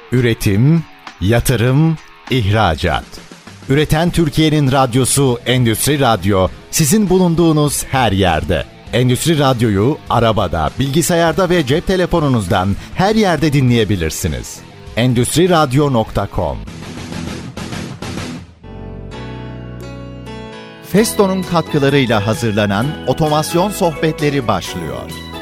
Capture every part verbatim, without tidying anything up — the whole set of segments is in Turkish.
Üretim, yatırım, ihracat. Üreten Türkiye'nin radyosu Endüstri Radyo, sizin bulunduğunuz her yerde. Endüstri Radyo'yu arabada, bilgisayarda ve cep telefonunuzdan her yerde dinleyebilirsiniz. endüstri radyo nokta com. Festo'nun katkılarıyla hazırlanan Otomasyon Sohbetleri başlıyor.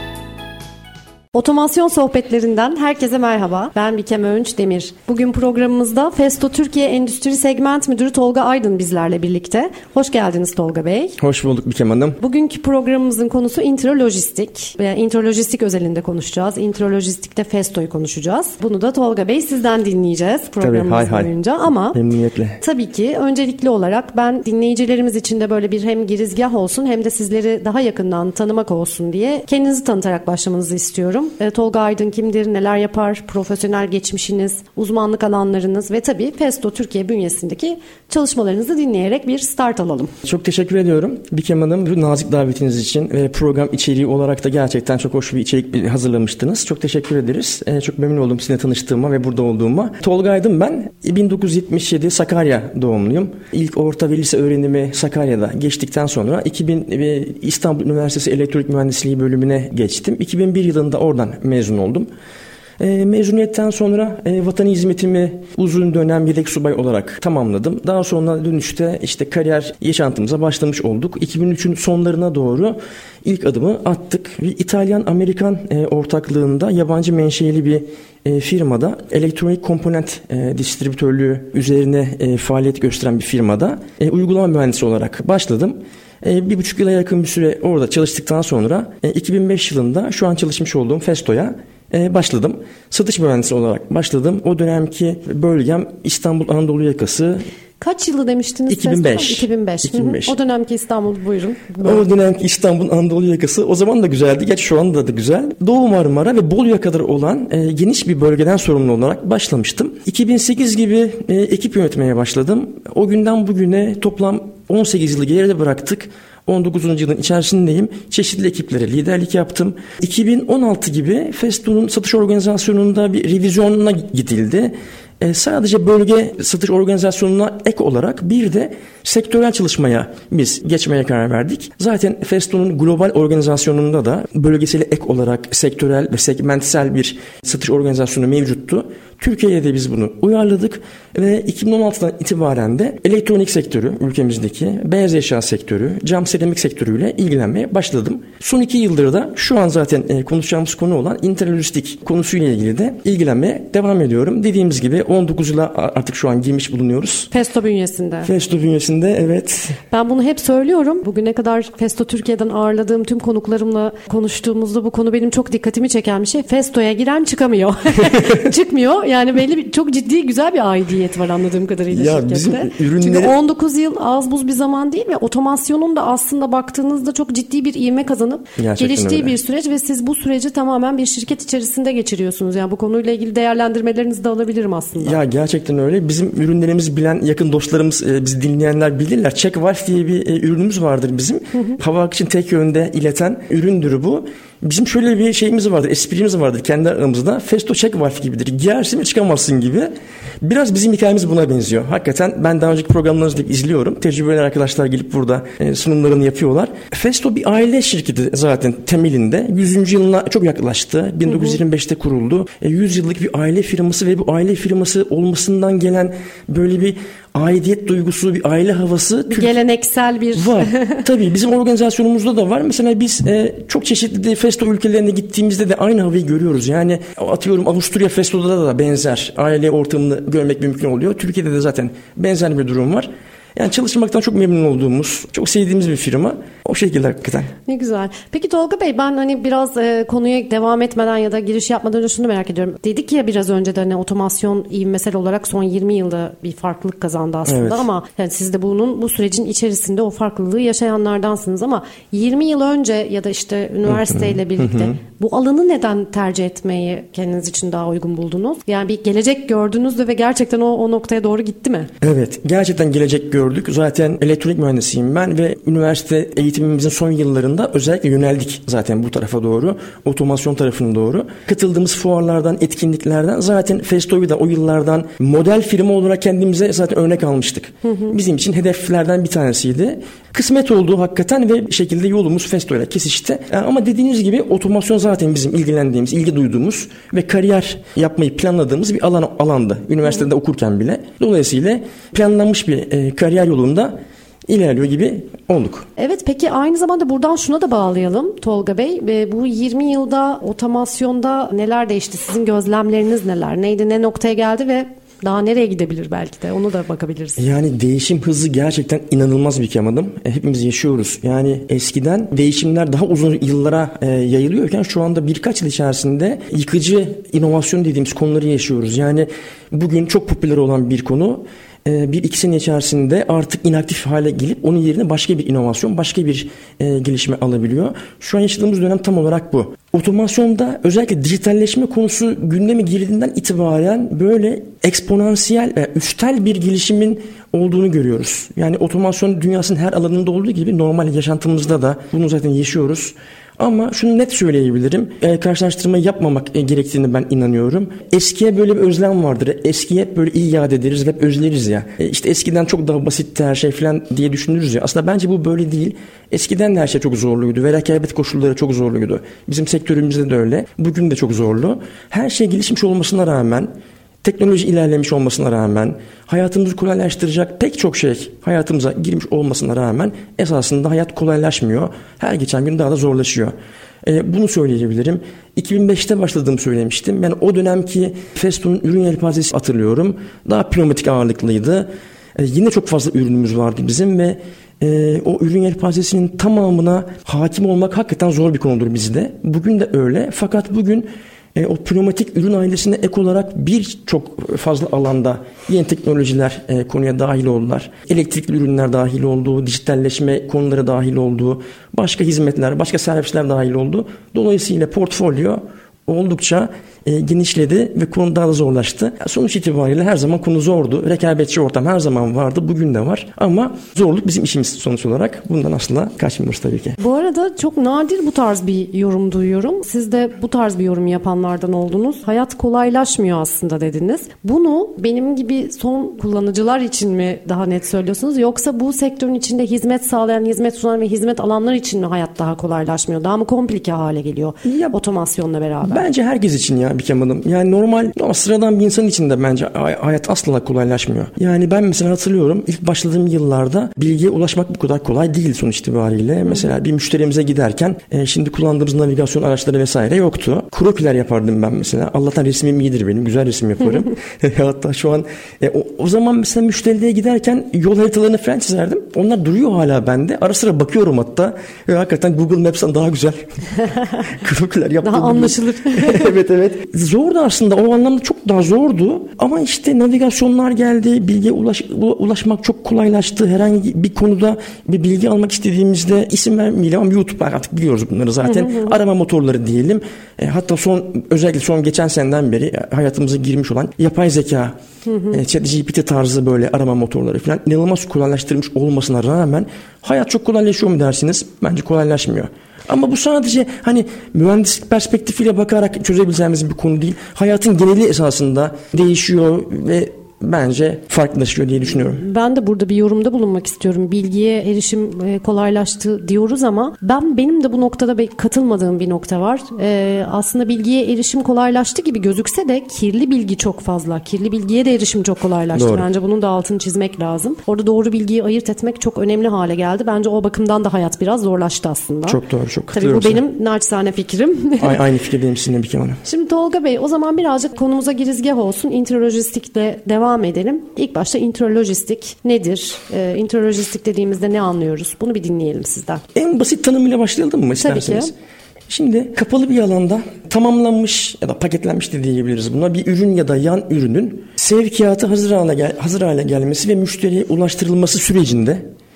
Otomasyon sohbetlerinden herkese merhaba. Ben Bikem Öğünç Demir. Bugün programımızda Festo Türkiye Endüstri Segment Müdürü Tolga Aydın bizlerle birlikte. Hoş geldiniz Tolga Bey. Hoş bulduk Bikem Hanım. Bugünkü programımızın konusu intralojistik. Yani intralojistik özelinde konuşacağız. Intralojistikte Festo'yu konuşacağız. Bunu da Tolga Bey sizden dinleyeceğiz programımız tabii, hay boyunca. Hay. Ama memnuniyetle. Tabii ki öncelikli olarak ben dinleyicilerimiz için de böyle bir hem girizgah olsun hem de sizleri daha yakından tanımak olsun diye kendinizi tanıtarak başlamanızı istiyorum. Tolga Aydın kimdir, neler yapar, profesyonel geçmişiniz, uzmanlık alanlarınız ve tabii Festo Türkiye bünyesindeki çalışmalarınızı dinleyerek bir start alalım. Çok teşekkür ediyorum Bikem Hanım bu nazik davetiniz için ve program içeriği olarak da gerçekten çok hoş bir içerik hazırlamıştınız. Çok teşekkür ederiz. Ee, çok memnun oldum sizinle tanıştığıma ve burada olduğuma. Tolga Aydın ben. bin dokuz yüz yetmiş yedi Sakarya doğumluyum. İlk orta ve lise öğrenimi Sakarya'da geçtikten sonra iki bin İstanbul Üniversitesi Elektrik Mühendisliği bölümüne geçtim. iki bin bir yılında orada Oradan mezun oldum. E, mezuniyetten sonra e, vatani hizmetimi uzun dönem yedek subay olarak tamamladım. Daha sonra dönüşte işte kariyer yaşantımıza başlamış olduk. iki bin üçün sonlarına doğru ilk adımı attık. Bir İtalyan-Amerikan e, ortaklığında yabancı menşeli bir e, firmada elektronik komponent e, distribütörlüğü üzerine e, faaliyet gösteren bir firmada e, uygulama mühendisi olarak başladım. Bir buçuk yıla yakın bir süre orada çalıştıktan sonra iki bin beş yılında şu an çalışmış olduğum Festo'ya başladım. Satış mühendisi olarak başladım. O dönemki bölgem İstanbul Anadolu yakası. Kaç yılı demiştiniz? iki bin beş. iki bin beş. iki bin beş. O dönemki İstanbul buyurun. O dönemki İstanbul Anadolu yakası o zaman da güzeldi. Geç şu anda da güzel. Doğu Marmara ve Bolu'ya kadar olan e, geniş bir bölgeden sorumlu olarak başlamıştım. iki bin sekiz gibi e, ekip yönetmeye başladım. O günden bugüne toplam on sekiz yılı geride bıraktık. on dokuzuncu yılın içerisindeyim. Çeşitli ekiplere liderlik yaptım. iki bin on altı gibi Festo'nun satış organizasyonunda bir revizyonuna gidildi. E, sadece bölge satış organizasyonuna ek olarak bir de sektörel çalışmaya biz geçmeye karar verdik. Zaten Festo'nun global organizasyonunda da bölgesel ek olarak sektörel ve segmentsel bir satış organizasyonu mevcuttu. Türkiye'de de biz bunu uyarladık ve iki bin on altıdan itibaren de elektronik sektörü, ülkemizdeki beyaz eşya sektörü, cam seramik sektörüyle ilgilenmeye başladım. Son iki yıldır da şu an zaten konuşacağımız konu olan intralojistik konusuyla ilgili de ilgilenmeye devam ediyorum. Dediğimiz gibi on dokuz yıla artık şu an girmiş bulunuyoruz. Festo bünyesinde. Festo bünyesinde, evet. Ben bunu hep söylüyorum. Bugüne kadar Festo Türkiye'den ağırladığım tüm konuklarımla konuştuğumuzda bu konu benim çok dikkatimi çeken bir şey. Festo'ya giren çıkamıyor. Çıkmıyor. Yani belli bir çok ciddi güzel bir aidiyet var anladığım kadarıyla ya şirkette. Bizim ürünleri... Çünkü on dokuz yıl az buz bir zaman değil ve otomasyonun da aslında baktığınızda çok ciddi bir ivme kazanıp gerçekten geliştiği öyle bir süreç ve siz bu süreci tamamen bir şirket içerisinde geçiriyorsunuz. Yani bu konuyla ilgili değerlendirmelerinizi de alabilirim aslında. Ya gerçekten öyle. Bizim ürünlerimizi bilen yakın dostlarımız, bizi dinleyenler bilirler. Checkvalve diye bir ürünümüz vardır bizim. Hı hı. Hava akışını tek yönde ileten üründür bu. Bizim şöyle bir şeyimiz vardır, esprimiz vardır kendi aramızda. Festo Checkvalve gibidir. Giyersin ve çıkamazsın gibi. Biraz bizim hikayemiz buna benziyor. Hakikaten ben daha önceki programlarınızı izliyorum. Tecrübeli arkadaşlar gelip burada sunumlarını yapıyorlar. Festo bir aile şirketi zaten temelinde. yüzüncü yılına çok yaklaştı. bin dokuz yüz yirmi beşte kuruldu. yüz yıllık bir aile firması ve bu aile firması olmasından gelen böyle bir aidiyet duygusu, bir aile havası. Bir Türk... Geleneksel bir... Var. Tabii bizim organizasyonumuzda da var. Mesela biz e, çok çeşitli Festo ülkelerine gittiğimizde de aynı havayı görüyoruz. Yani atıyorum Avusturya Festo'da da benzer aile ortamını görmek mümkün oluyor. Türkiye'de de zaten benzer bir durum var. Yani çalışmaktan çok memnun olduğumuz, çok sevdiğimiz bir firma. O şekilde hakikaten. Ne güzel. Peki Tolga Bey, ben hani biraz e, konuya devam etmeden ya da giriş yapmadan önce şunu merak ediyorum. Dedik ya biraz önce de hani otomasyon ivmesel olarak son yirmi yılda bir farklılık kazandı aslında, evet. Ama yani siz de bunun bu sürecin içerisinde o farklılığı yaşayanlardansınız ama yirmi yıl önce ya da işte üniversiteyle birlikte bu alanı neden tercih etmeyi kendiniz için daha uygun buldunuz? Yani bir gelecek gördünüz de ve gerçekten o, o noktaya doğru gitti mi? Evet, gerçekten gelecek gördüm. gördük. Zaten elektronik mühendisiyim ben ve üniversite eğitimimizin son yıllarında özellikle yöneldik zaten bu tarafa doğru. Otomasyon tarafına doğru. Katıldığımız fuarlardan, etkinliklerden zaten Festo'yu da o yıllardan model firma olarak kendimize zaten örnek almıştık. Hı hı. Bizim için hedeflerden bir tanesiydi. Kısmet oldu hakikaten ve bir şekilde yolumuz Festo ile kesişti. Ama dediğiniz gibi otomasyon zaten bizim ilgilendiğimiz, ilgi duyduğumuz ve kariyer yapmayı planladığımız bir alan alandı. Üniversitede hı. okurken bile. Dolayısıyla planlanmış bir e, kariyer yolunda ilerliyor gibi olduk. Evet, peki aynı zamanda buradan şuna da bağlayalım Tolga Bey. E, bu yirmi yılda otomasyonda neler değişti? Sizin gözlemleriniz neler? Neydi, ne noktaya geldi ve daha nereye gidebilir belki de? Onu da bakabiliriz. Yani değişim hızı gerçekten inanılmaz bir kemadım. E, hepimiz yaşıyoruz. Yani eskiden değişimler daha uzun yıllara e, yayılıyorken şu anda birkaç yıl içerisinde yıkıcı inovasyon dediğimiz konuları yaşıyoruz. Yani bugün çok popüler olan bir konu bir iki sene içerisinde artık inaktif hale gelip onun yerine başka bir inovasyon, başka bir e, gelişme alabiliyor. Şu an yaşadığımız dönem tam olarak bu. Otomasyonda özellikle dijitalleşme konusu gündeme girdiğinden itibaren böyle eksponansiyel ve üstel bir gelişimin olduğunu görüyoruz. Yani otomasyon dünyasının her alanında olduğu gibi normal yaşantımızda da bunu zaten yaşıyoruz. Ama şunu net söyleyebilirim. E, karşılaştırma yapmamak e, gerektiğini ben inanıyorum. Eskiye böyle bir özlem vardır. Eskiye hep böyle iyi yad ederiz ve hep özleriz ya. E, işte eskiden çok daha basitti her şey falan diye düşünürüz ya. Aslında bence bu böyle değil. Eskiden de her şey çok zorluydu ve rekabet koşulları çok zorluydu. Bizim sektörümüzde de öyle. Bugün de çok zorlu. Her şey gelişmiş olmasına rağmen, teknoloji ilerlemiş olmasına rağmen, hayatımızı kolaylaştıracak pek çok şey hayatımıza girmiş olmasına rağmen esasında hayat kolaylaşmıyor. Her geçen gün daha da zorlaşıyor. E, bunu söyleyebilirim. iki bin beşte başladığımı söylemiştim. Ben o dönemki Festo'nun ürün yelpazesi hatırlıyorum. Daha pneumatik ağırlıklıydı. E, yine çok fazla ürünümüz vardı bizim ve e, o ürün yelpazesinin tamamına hakim olmak hakikaten zor bir konudur bizde. Bugün de öyle. Fakat bugün E, o pneumatik ürün ailesine ek olarak birçok fazla alanda yeni teknolojiler e, konuya dahil oldular. Elektrikli ürünler dahil oldu, dijitalleşme konuları dahil oldu, başka hizmetler, başka servisler dahil oldu. Dolayısıyla portfolyo oldukça e, genişledi ve konu daha da zorlaştı. Sonuç itibariyle her zaman konu zordu. Rekabetçi ortam her zaman vardı. Bugün de var. Ama zorluk bizim işimiz sonuç olarak. Bundan asla kaçmıyoruz tabii ki. Bu arada çok nadir bu tarz bir yorum duyuyorum. Siz de bu tarz bir yorum yapanlardan oldunuz. Hayat kolaylaşmıyor aslında dediniz. Bunu benim gibi son kullanıcılar için mi daha net söylüyorsunuz? Yoksa bu sektörün içinde hizmet sağlayan, hizmet sunan ve hizmet alanlar için mi hayat daha kolaylaşmıyor? Daha mı komplike hale geliyor ya, otomasyonla beraber? Bence herkes için ya Bikem Hanım. Yani normal, normal sıradan bir insan için de bence hayat asla kolaylaşmıyor. Yani ben mesela hatırlıyorum ilk başladığım yıllarda bilgiye ulaşmak bu kadar kolay değil sonuç itibariyle. Hı. Mesela bir müşterimize giderken e, şimdi kullandığımız navigasyon araçları vesaire yoktu. Krokiler yapardım ben mesela. Allah'tan resmim iyidir benim. Güzel resim yaparım. Hatta şu an e, o, o zaman mesela müşteriye giderken yol haritalarını falan çizerdim. Onlar duruyor hala bende. Ara sıra bakıyorum hatta. E, hakikaten Google Maps'ten daha güzel. Krokiler yaptığım. Daha anlaşılır. Evet evet. Zordu aslında. O anlamda çok daha zordu. Ama işte navigasyonlar geldi. Bilgiye ulaş, ulaşmak çok kolaylaştı. Herhangi bir konuda bir bilgi almak istediğimizde isim vermeyelim ama YouTube artık biliyoruz bunları zaten. Hı hı hı. Arama motorları diyelim. E, hatta son özellikle son geçen seneden beri hayatımıza girmiş olan yapay zeka, hı hı. E, ChatGPT tarzı böyle arama motorları falan inanılmaz kolaylaştırmış olmasına rağmen hayat çok kolaylaşıyor mu dersiniz? Bence kolaylaşmıyor. Ama bu sadece hani mühendislik perspektifiyle bakarak çözebileceğimiz bir konu değil. Hayatın geneli esasında değişiyor ve bence farklılaşıyor diye düşünüyorum. Ben de burada bir yorumda bulunmak istiyorum. Bilgiye erişim kolaylaştı diyoruz ama ben benim de bu noktada katılmadığım bir nokta var. Ee, aslında bilgiye erişim kolaylaştı gibi gözükse de kirli bilgi çok fazla. Kirli bilgiye de erişim çok kolaylaştı. Doğru. Bence bunun da altını çizmek lazım. Orada doğru bilgiyi ayırt etmek çok önemli hale geldi. Bence o bakımdan da hayat biraz zorlaştı aslında. Çok doğru, çok katılıyorum. Tabii bu benim naçizane fikrim. A- aynı fikirdeyim sizinle bir kere. Şimdi Tolga Bey, o zaman birazcık konumuza girizgah olsun. Intralojistikle devam Devam edelim. İlk başta intralojistik nedir? Ee, intralojistik dediğimizde ne anlıyoruz? Bunu bir dinleyelim sizden. En basit tanımıyla başlayalım mı isterseniz? Tabii ki. Şimdi kapalı bir alanda tamamlanmış ya da paketlenmiş de diyebiliriz buna bir ürün ya da yan ürünün sevkiyatı hazır hale, gel- hazır hale gelmesi ve müşteriye ulaştırılması sürecinde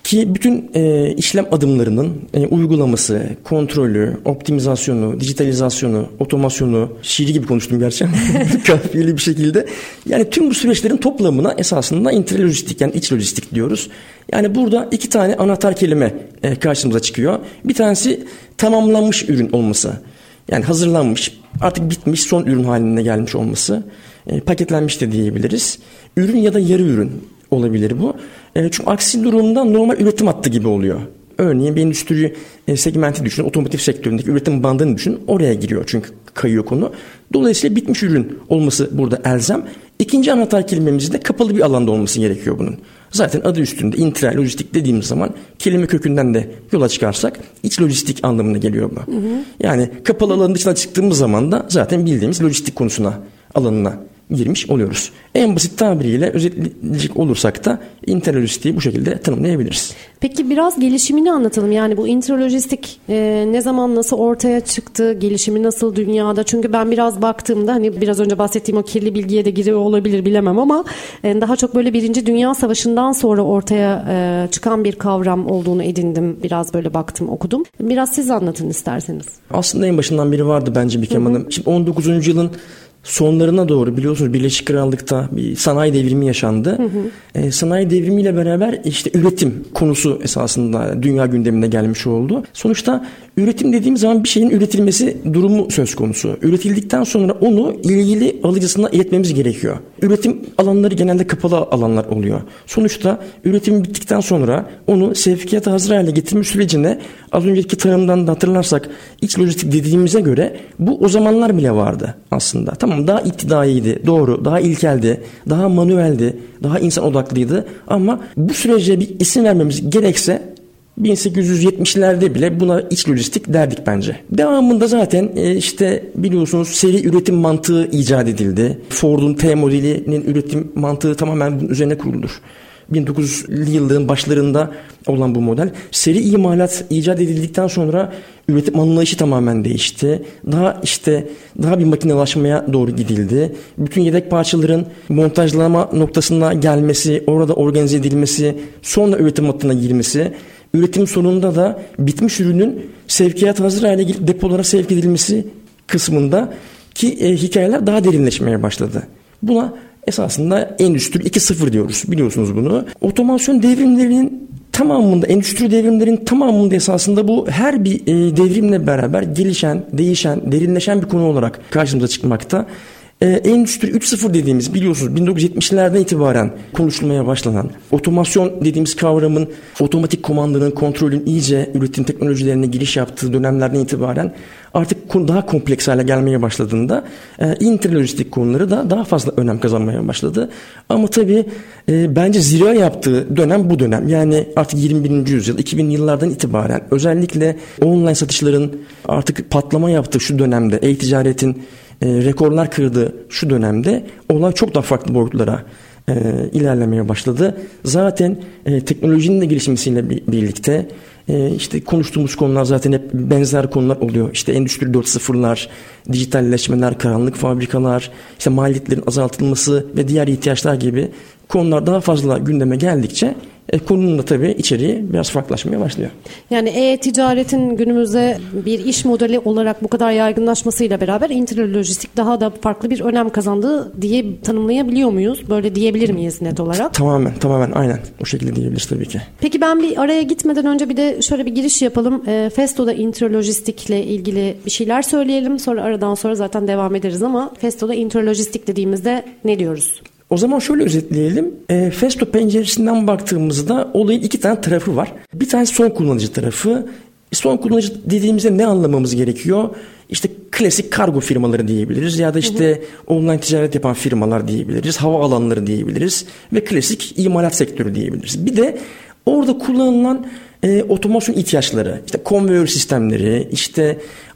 Ki bütün e, işlem adımlarının e, uygulaması, kontrolü, optimizasyonu, dijitalizasyonu, otomasyonu, şiir gibi konuştum gerçi kafiyeli bir şekilde. Yani tüm bu süreçlerin toplamına esasında intralojistik yani iç lojistik diyoruz. Yani burada iki tane anahtar kelime e, karşımıza çıkıyor. Bir tanesi tamamlanmış ürün olması. Yani hazırlanmış, artık bitmiş, son ürün haline gelmiş olması. E, paketlenmiş de diyebiliriz. Ürün ya da yarı ürün olabilir bu. E, çünkü aksi durumda normal üretim hattı gibi oluyor. Örneğin bir endüstri e, segmenti düşünün, otomotiv sektöründeki üretim bandını düşünün. Oraya giriyor çünkü kayıyor konu. Dolayısıyla bitmiş ürün olması burada elzem. İkinci anahtar kelimemizin de kapalı bir alanda olması gerekiyor bunun. Zaten adı üstünde intra lojistik dediğimiz zaman kelime kökünden de yola çıkarsak iç lojistik anlamına geliyor bu. Hı hı. Yani kapalı alanın dışına çıktığımız zaman da zaten bildiğimiz lojistik konusuna, alanına girmiş oluyoruz. En basit tabiriyle özetleyecek olursak da intralojistiği bu şekilde tanımlayabiliriz. Peki biraz gelişimini anlatalım. Yani bu intralojistik e, ne zaman nasıl ortaya çıktı? Gelişimi nasıl dünyada? Çünkü ben biraz baktığımda hani biraz önce bahsettiğim o kirli bilgiye de giriyor olabilir bilemem ama e, daha çok böyle Birinci Dünya Savaşı'ndan sonra ortaya e, çıkan bir kavram olduğunu edindim. Biraz böyle baktım, okudum. Biraz siz anlatın isterseniz. Aslında en başından beri vardı bence Bikem Hanım. Şimdi on dokuzuncu yılın sonlarına doğru biliyorsunuz Birleşik Krallık'ta bir sanayi devrimi yaşandı. Hı hı. E, sanayi devrimiyle beraber işte üretim konusu esasında dünya gündemine gelmiş oldu. Sonuçta üretim dediğim zaman bir şeyin üretilmesi durumu söz konusu. Üretildikten sonra onu ilgili alıcısına iletmemiz gerekiyor. Üretim alanları genelde kapalı alanlar oluyor. Sonuçta üretim bittikten sonra onu sevkiyata hazır hale getirme sürecine az önceki tanımdan da hatırlarsak iç lojistik dediğimize göre bu o zamanlar bile vardı aslında. Tamam, daha iptidaiydi, doğru, daha ilkeldi, daha manueldi, daha insan odaklıydı ama bu sürece bir isim vermemiz gerekse bin sekiz yüz yetmişlerde bile buna iç lojistik derdik bence. Devamında zaten işte biliyorsunuz seri üretim mantığı icat edildi. Ford'un T modelinin üretim mantığı tamamen bunun üzerine kuruludur. bin dokuz yüzlü yılların başlarında olan bu model. Seri imalat icat edildikten sonra üretim anlayışı tamamen değişti. Daha işte daha bir makinelaşmaya doğru gidildi. Bütün yedek parçaların montajlama noktasına gelmesi, orada organize edilmesi, sonra üretim hattına girmesi, üretim sonunda da bitmiş ürünün sevkiyat hazır hale gelip depolara sevk edilmesi kısmında ki e, hikayeler daha derinleşmeye başladı. Buna esasında Endüstri iki nokta sıfır diyoruz. Biliyorsunuz bunu. Otomasyon devrimlerinin tamamında, endüstri devrimlerinin tamamında esasında bu her bir e, devrimle beraber gelişen, değişen, derinleşen bir konu olarak karşımıza çıkmakta. Ee, Endüstri üç nokta sıfır dediğimiz biliyorsunuz bin dokuz yüz yetmişlerden itibaren konuşulmaya başlanan otomasyon dediğimiz kavramın otomatik komandanın, kontrolün iyice üretim teknolojilerine giriş yaptığı dönemlerden itibaren artık daha kompleks hale gelmeye başladığında e, intralojistik konuları da daha fazla önem kazanmaya başladı. Ama tabii e, bence zirve yaptığı dönem bu dönem. Yani artık yirmi birinci yüzyıl, iki binli yıllardan itibaren özellikle online satışların artık patlama yaptığı şu dönemde, e-ticaretin E, rekorlar kırdığı şu dönemde olay çok daha farklı boyutlara e, ilerlemeye başladı. Zaten e, teknolojinin de gelişmesiyle bir, birlikte e, işte konuştuğumuz konular zaten hep benzer konular oluyor. İşte Endüstri dört nokta sıfırlar, dijitalleşmeler, karanlık fabrikalar, işte maliyetlerin azaltılması ve diğer ihtiyaçlar gibi konular daha fazla gündeme geldikçe E, konunun da tabii içeriği biraz farklılaşmaya başlıyor. Yani e-ticaretin günümüzde bir iş modeli olarak bu kadar yaygınlaşmasıyla beraber intralojistik daha da farklı bir önem kazandığı diye tanımlayabiliyor muyuz? Böyle diyebilir miyiz net olarak? Tamamen, tamamen aynen. O şekilde diyebiliriz tabii ki. Peki ben bir araya gitmeden önce bir de şöyle bir giriş yapalım. E, Festo'da intralojistikle ilgili bir şeyler söyleyelim. Sonra aradan sonra zaten devam ederiz ama Festo'da intralojistik dediğimizde ne diyoruz? O zaman şöyle özetleyelim. E, Festo penceresinden baktığımızda olayın iki tane tarafı var. Bir tanesi son kullanıcı tarafı. Son kullanıcı dediğimizde ne anlamamız gerekiyor? İşte klasik kargo firmaları diyebiliriz ya da işte hı hı. online ticaret yapan firmalar diyebiliriz. Hava alanları diyebiliriz ve klasik imalat sektörü diyebiliriz. Bir de orada kullanılan e, otomasyon ihtiyaçları, işte konveyör sistemleri, işte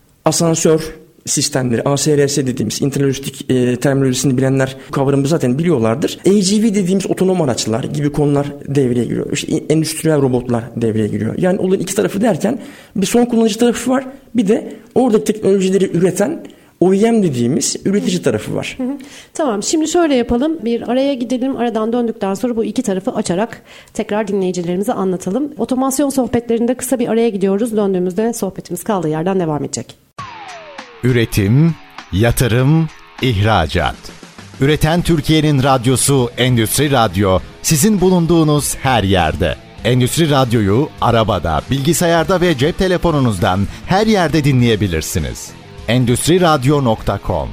asansör sistemleri, A S R S dediğimiz intralojistik e, terminolojisini bilenler kavramı zaten biliyorlardır. A G V dediğimiz otonom araçlar gibi konular devreye giriyor. İşte endüstriyel robotlar devreye giriyor. Yani olayın iki tarafı derken bir son kullanıcı tarafı var. Bir de orada teknolojileri üreten O E M dediğimiz üretici tarafı var. Hı hı. Tamam, şimdi şöyle yapalım. Bir araya gidelim. Aradan döndükten sonra bu iki tarafı açarak tekrar dinleyicilerimize anlatalım. Otomasyon sohbetlerinde kısa bir araya gidiyoruz. Döndüğümüzde sohbetimiz kaldığı yerden devam edecek. Üretim, yatırım, ihracat. Üreten Türkiye'nin radyosu Endüstri Radyo, sizin bulunduğunuz her yerde. Endüstri Radyo'yu arabada, bilgisayarda ve cep telefonunuzdan her yerde dinleyebilirsiniz. endüstri radyo nokta com.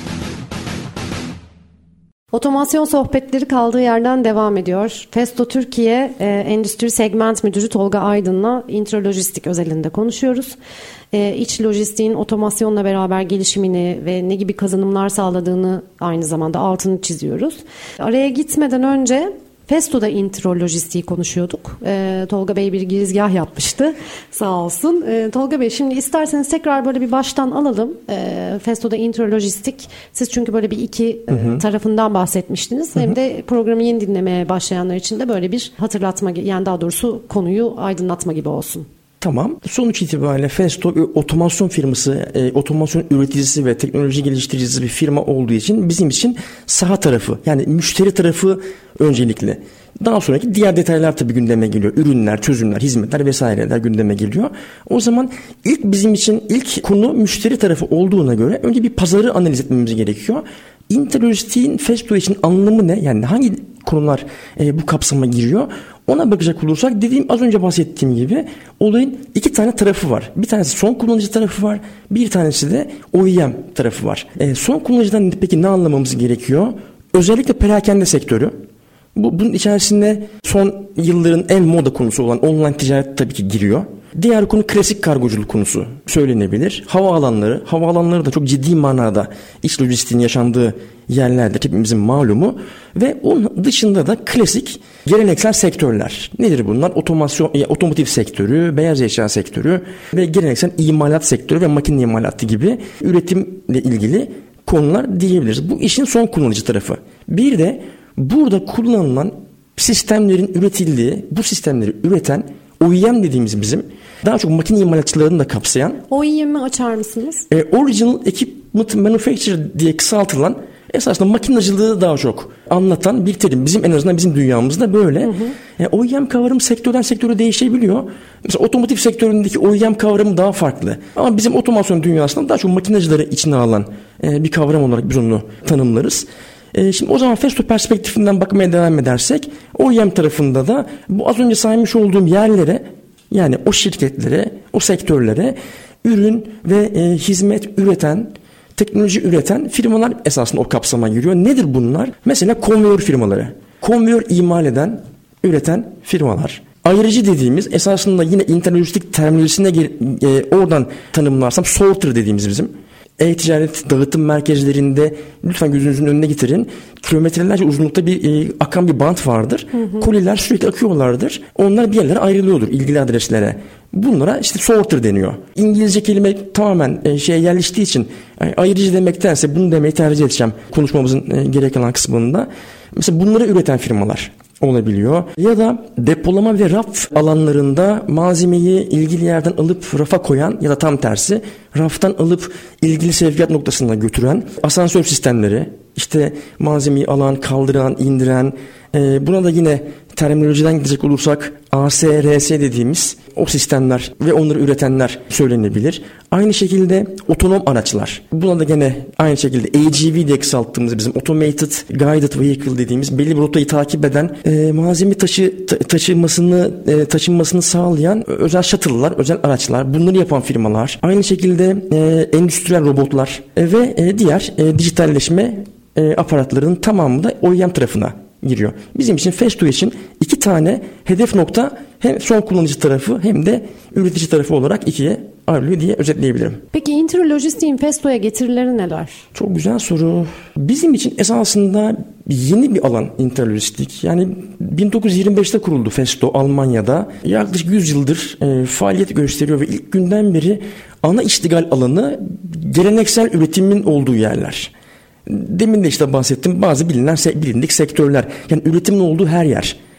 Otomasyon sohbetleri kaldığı yerden devam ediyor. Festo Türkiye e, Endüstri Segment Müdürü Tolga Aydın'la intralojistik özelinde konuşuyoruz. E, iç lojistiğin otomasyonla beraber gelişimini ve ne gibi kazanımlar sağladığını aynı zamanda altını çiziyoruz. Araya gitmeden önce Festo'da intralojistiği konuşuyorduk. E, Tolga Bey bir girizgah yapmıştı. Sağ olsun. E, Tolga Bey, şimdi isterseniz tekrar böyle bir baştan alalım. E, Festo'da intralojistik. Siz çünkü böyle bir iki hı hı. tarafından bahsetmiştiniz. Hı hı. Hem de programı yeni dinlemeye başlayanlar için de böyle bir hatırlatma, yani daha doğrusu konuyu aydınlatma gibi olsun. Tamam. Sonuç itibariyle Festo otomasyon firması, e, otomasyon üreticisi ve teknoloji geliştiricisi bir firma olduğu için bizim için saha tarafı, yani müşteri tarafı öncelikli. Daha sonraki diğer detaylar tabii gündeme geliyor. Ürünler, çözümler, hizmetler vesaireler gündeme geliyor. O zaman ilk bizim için ilk konu müşteri tarafı olduğuna göre önce bir pazarı analiz etmemiz gerekiyor. Intralojistiğin Festo için anlamı ne? Yani hangi konular e, bu kapsama giriyor? Ona bakacak olursak, dediğim az önce bahsettiğim gibi olayın iki tane tarafı var. Bir tanesi son kullanıcı tarafı var. Bir tanesi de O E M tarafı var. E, son kullanıcıdan peki ne anlamamız gerekiyor? Özellikle perakende sektörü. Bu, bunun içerisinde son yılların en moda konusu olan online ticaret tabii ki giriyor. Diğer konu klasik kargoculuk konusu söylenebilir. Havaalanları, havaalanları da çok ciddi manada iç lojistiğin yaşandığı yerlerde hepimizin malumu. Ve onun dışında da klasik geleneksel sektörler. Nedir bunlar? Otomasyon, yani otomotiv sektörü, beyaz eşya sektörü ve geleneksel imalat sektörü ve makine imalatı gibi üretimle ilgili konular diyebiliriz. Bu işin son kullanıcı tarafı. Bir de burada kullanılan sistemlerin üretildiği, bu sistemleri üreten O E M dediğimiz bizim daha çok makine imalatçılarını da kapsayan. O E M'i açar mısınız? E, Original Equipment Manufacturer diye kısaltılan, esasında makinacılığı daha çok anlatan bir terim. Bizim, en azından bizim dünyamızda böyle. Hı hı. E, O E M kavramı sektörden sektöre değişebiliyor. Mesela otomotiv sektöründeki O E M kavramı daha farklı. Ama bizim otomasyon dünyasında daha çok makinacıları içine alan e, bir kavram olarak biz onu tanımlarız. E, şimdi o zaman Festo perspektifinden bakmaya devam edersek, O E M tarafında da bu az önce saymış olduğum yerlere, yani o şirketlere, o sektörlere ürün ve e, hizmet üreten, teknoloji üreten firmalar esasında o kapsama giriyor. Nedir bunlar? Mesela konveyör firmaları. Konveyör imal eden, üreten firmalar. Ayrıcı dediğimiz, esasında yine intralojistik terminolojisine e, oradan tanımlarsam sorter dediğimiz bizim. E-ticaret dağıtım merkezlerinde lütfen gözünüzün önüne getirin. Kilometrelerce uzunlukta bir e, akan bir bant vardır. Hı hı. Koliler sürekli akıyorlardır. Onlar bir yerlere ayrılıyordur, ilgili adreslere. Bunlara işte sorter deniyor. İngilizce kelime tamamen e, şeye yerleştiği için yani ayrıcı demektense bunu demeyi tercih edeceğim konuşmamızın e, gerek kalan kısmında. Mesela bunları üreten firmalar olabiliyor. Ya da depolama ve raf alanlarında malzemeyi ilgili yerden alıp rafa koyan ya da tam tersi raftan alıp ilgili sevkiyat noktasına götüren asansör sistemleri, işte malzemeyi alan, kaldıran, indiren, e, buna da yine terminolojiden gidecek olursak A S R S dediğimiz o sistemler ve onları üretenler söylenebilir. Aynı şekilde otonom araçlar. Buna da gene aynı şekilde A G V diye kısalttığımız bizim Automated Guided Vehicle dediğimiz belli bir rotayı takip eden, e, malzeme taşı ta- taşınmasını e, taşınmasını sağlayan özel shuttle'lar, özel araçlar. Bunları yapan firmalar. Aynı şekilde e, endüstriyel robotlar e, ve e, diğer e, dijitalleşme e, aparatlarının tamamı da O E M tarafına giriyor. Bizim için Festo için iki tane hedef nokta, hem son kullanıcı tarafı hem de üretici tarafı olarak ikiye ayrılıyor diye özetleyebilirim. Peki intralojistiğin Festo'ya getirileri neler? Çok güzel soru. Bizim için esasında yeni bir alan intralojistik. Yani bin dokuz yüz yirmi beşte kuruldu Festo Almanya'da. Yaklaşık yüz yıldır e, faaliyet gösteriyor ve ilk günden beri ana iştigal alanı geleneksel üretimin olduğu yerler. Demin de işte bahsettim, bazı bilinen bilindik sektörler, yani üretimin olduğu her yer.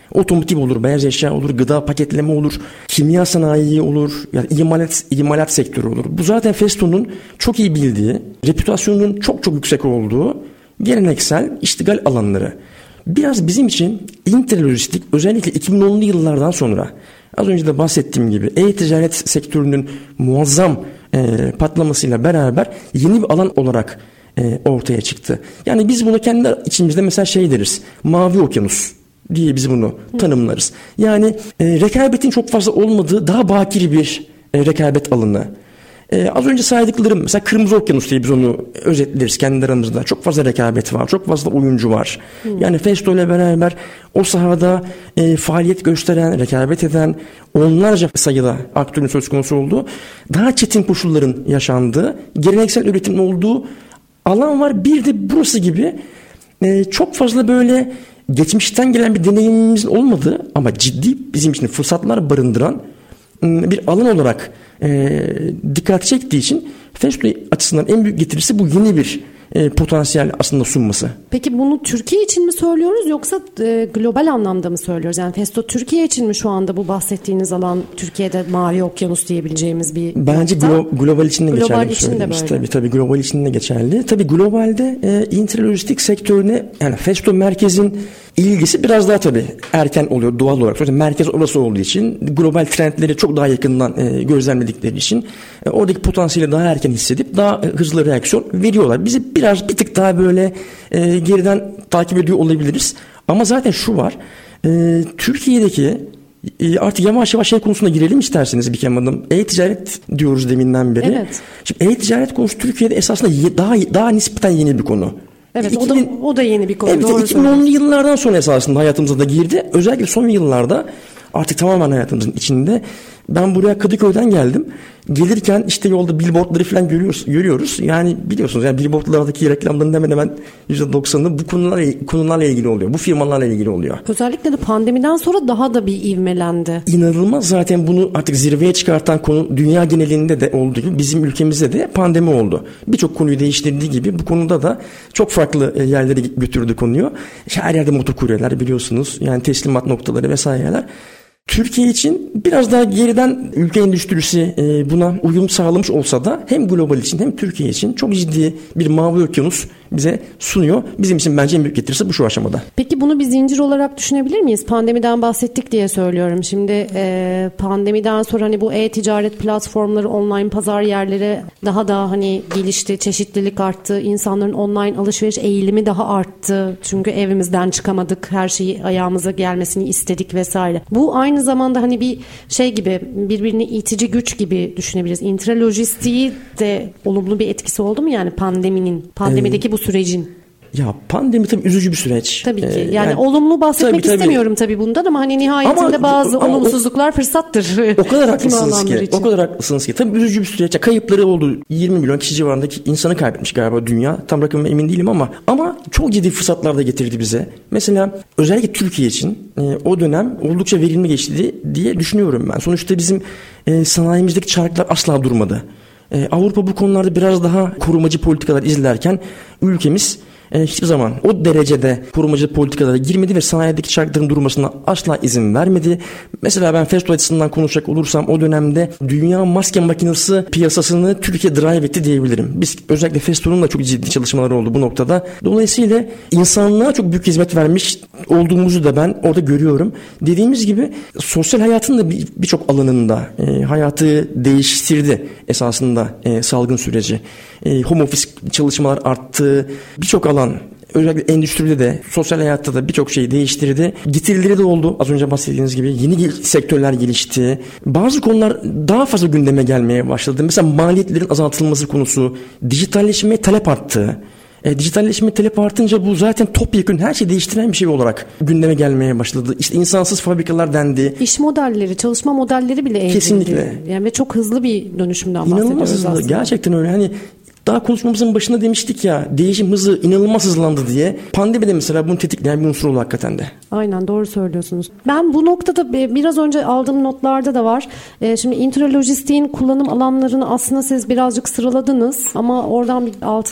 Otomotiv olur, beyaz eşya olur, gıda paketleme olur, kimya sanayi olur, yani imalat, imalat sektörü olur. Bu zaten Festo'nun çok iyi bildiği, reputasyonunun çok çok yüksek olduğu geleneksel iştigal alanları. Biraz bizim için intralojistik, özellikle iki bin onlu yıllardan sonra az önce de bahsettiğim gibi e-ticaret sektörünün muazzam e, patlamasıyla beraber yeni bir alan olarak e, ortaya çıktı. Yani biz bunu kendi içimizde mesela şey deriz, mavi okyanus diye biz bunu tanımlarız. Yani e, rekabetin çok fazla olmadığı daha bakir bir e, rekabet alanı. Ee, az önce saydıklarım mesela Kırmızı Okyanus diye biz onu özetleriz kendi aramızda. Çok fazla rekabet var, çok fazla oyuncu var. Hmm. Yani Festo ile beraber o sahada e, faaliyet gösteren, rekabet eden onlarca sayıda aktörün söz konusu olduğu, daha çetin koşulların yaşandığı, geleneksel üretimin olduğu alan var. Bir de burası gibi e, çok fazla böyle geçmişten gelen bir deneyimimizin olmadığı ama ciddi bizim için fırsatlar barındıran bir alan olarak e, dikkat çektiği için Festo açısından en büyük getirisi bu yeni bir e, potansiyel aslında sunması. Peki bunu Türkiye için mi söylüyoruz yoksa e, global anlamda mı söylüyoruz? Yani Festo Türkiye için mi şu anda bu bahsettiğiniz alan Türkiye'de mavi okyanus diyebileceğimiz bir bence glo- global için de global geçerli. Için de böyle. Tabii tabii global için de geçerli. Tabii globalde e, intralojistik sektörüne yani Festo merkezin ilgisi biraz daha tabii erken oluyor doğal olarak. Zaten merkez orası olduğu için global trendleri çok daha yakından e, gözlemledikleri için e, oradaki potansiyeli daha erken hissedip daha e, hızlı reaksiyon veriyorlar. Bizi biraz bir tık daha böyle e, geriden takip ediyor olabiliriz. Ama zaten şu var. E, Türkiye'deki e, artık yavaş yavaş şey konusuna girelim isterseniz bir Hanım. E-ticaret diyoruz deminden beri. Evet. Şimdi e-ticaret konusu Türkiye'de esasında ye, daha daha nispeten yeni bir konu. Evet, iki bin, o da o da yeni bir konu. Evet, doğru iki bin onlu yıllardan sonra esasında hayatımıza da girdi. Özellikle son yıllarda artık tamamen hayatımızın içinde. Ben buraya Kadıköy'den geldim. Gelirken işte yolda billboardları falan görüyoruz. görüyoruz. Yani biliyorsunuz yani billboardlardaki reklamların hemen hemen yüzde doksanı bu konularla, konularla ilgili oluyor. Bu firmalarla ilgili oluyor. Özellikle de pandemiden sonra daha da bir ivmelendi. İnanılmaz, zaten bunu artık zirveye çıkartan konu dünya genelinde de olduğu gibi bizim ülkemizde de pandemi oldu. Birçok konuyu değiştirdiği gibi bu konuda da çok farklı yerlere götürdü konuyu. Her yerde motokuryeler biliyorsunuz. Yani teslimat noktaları vesaireler. Türkiye için biraz daha geriden ülke endüstrisi buna uyum sağlamış olsa da hem global için hem Türkiye için çok ciddi bir mavi okyanus bize sunuyor. Bizim için bence en büyük getirisi bu şu aşamada. Peki bunu bir zincir olarak düşünebilir miyiz? Pandemiden bahsettik diye söylüyorum. Şimdi e, pandemiden sonra hani bu e-ticaret platformları, online pazar yerleri daha da hani gelişti, çeşitlilik arttı. İnsanların online alışveriş eğilimi daha arttı. Çünkü evimizden çıkamadık, her şeyi ayağımıza gelmesini istedik vesaire. Bu aynı zamanda hani bir şey gibi, birbirini itici güç gibi düşünebiliriz. İntralojistiği de olumlu bir etkisi oldu mu yani pandeminin, pandemideki ee, bu sürecin? Ya pandemi tabii üzücü bir süreç. Tabii ki. Yani, ee, yani olumlu bahsetmek tabii, istemiyorum tabii. tabii bundan ama hani nihayetinde ama, bazı ama olumsuzluklar o, fırsattır. O kadar haklısınız ki. Için. O kadar haklısınız ki. Tabii üzücü bir süreç. Kayıpları oldu. yirmi milyon kişi civarındaki insanı kaybetmiş galiba dünya. Tam rakamına emin değilim ama ama çok ciddi fırsatlar da getirdi bize. Mesela özellikle Türkiye için e, o dönem oldukça verimli geçti diye düşünüyorum ben. Sonuçta bizim e, sanayimizdeki çarklar asla durmadı. E, Avrupa bu konularda biraz daha korumacı politikalar izlerken ülkemiz E, hiçbir zaman o derecede korumacı politikalara girmedi ve sanayideki çarkların durmasına asla izin vermedi. Mesela ben Festo açısından konuşacak olursam o dönemde dünya maske makinesi piyasasını Türkiye drive etti diyebilirim. Biz özellikle Festo'nun da çok ciddi çalışmaları oldu bu noktada. Dolayısıyla insanlığa çok büyük hizmet vermiş olduğumuzu da ben orada görüyorum. Dediğimiz gibi sosyal hayatın da birçok bir alanında e, hayatı değiştirdi esasında e, salgın süreci. E, home office çalışmalar arttı. Birçok alan özellikle endüstride de sosyal hayatta da birçok şeyi değiştirdi. Getirileri de oldu. Az önce bahsettiğiniz gibi yeni sektörler gelişti. Bazı konular daha fazla gündeme gelmeye başladı. Mesela maliyetlerin azaltılması konusu, dijitalleşmeye talep arttı. E, dijitalleşme talep artınca bu zaten topyekün her şeyi değiştiren bir şey olarak gündeme gelmeye başladı. İşte insansız fabrikalar dendi. İş modelleri, çalışma modelleri bile evrildi. Kesinlikle. Yani ve çok hızlı bir dönüşümden İnanılmaz bahsediyoruz hızlı. aslında. Gerçekten öyle. Hani daha konuşmamızın başında demiştik ya, değişim hızı inanılmaz hızlandı diye. Pandemi de mesela bunu tetikleyen bir unsur oldu hakikaten de. Aynen, doğru söylüyorsunuz. Ben bu noktada biraz önce aldığım notlarda da var. Şimdi intralojistiğin kullanım alanlarını aslında siz birazcık sıraladınız ama oradan bir altını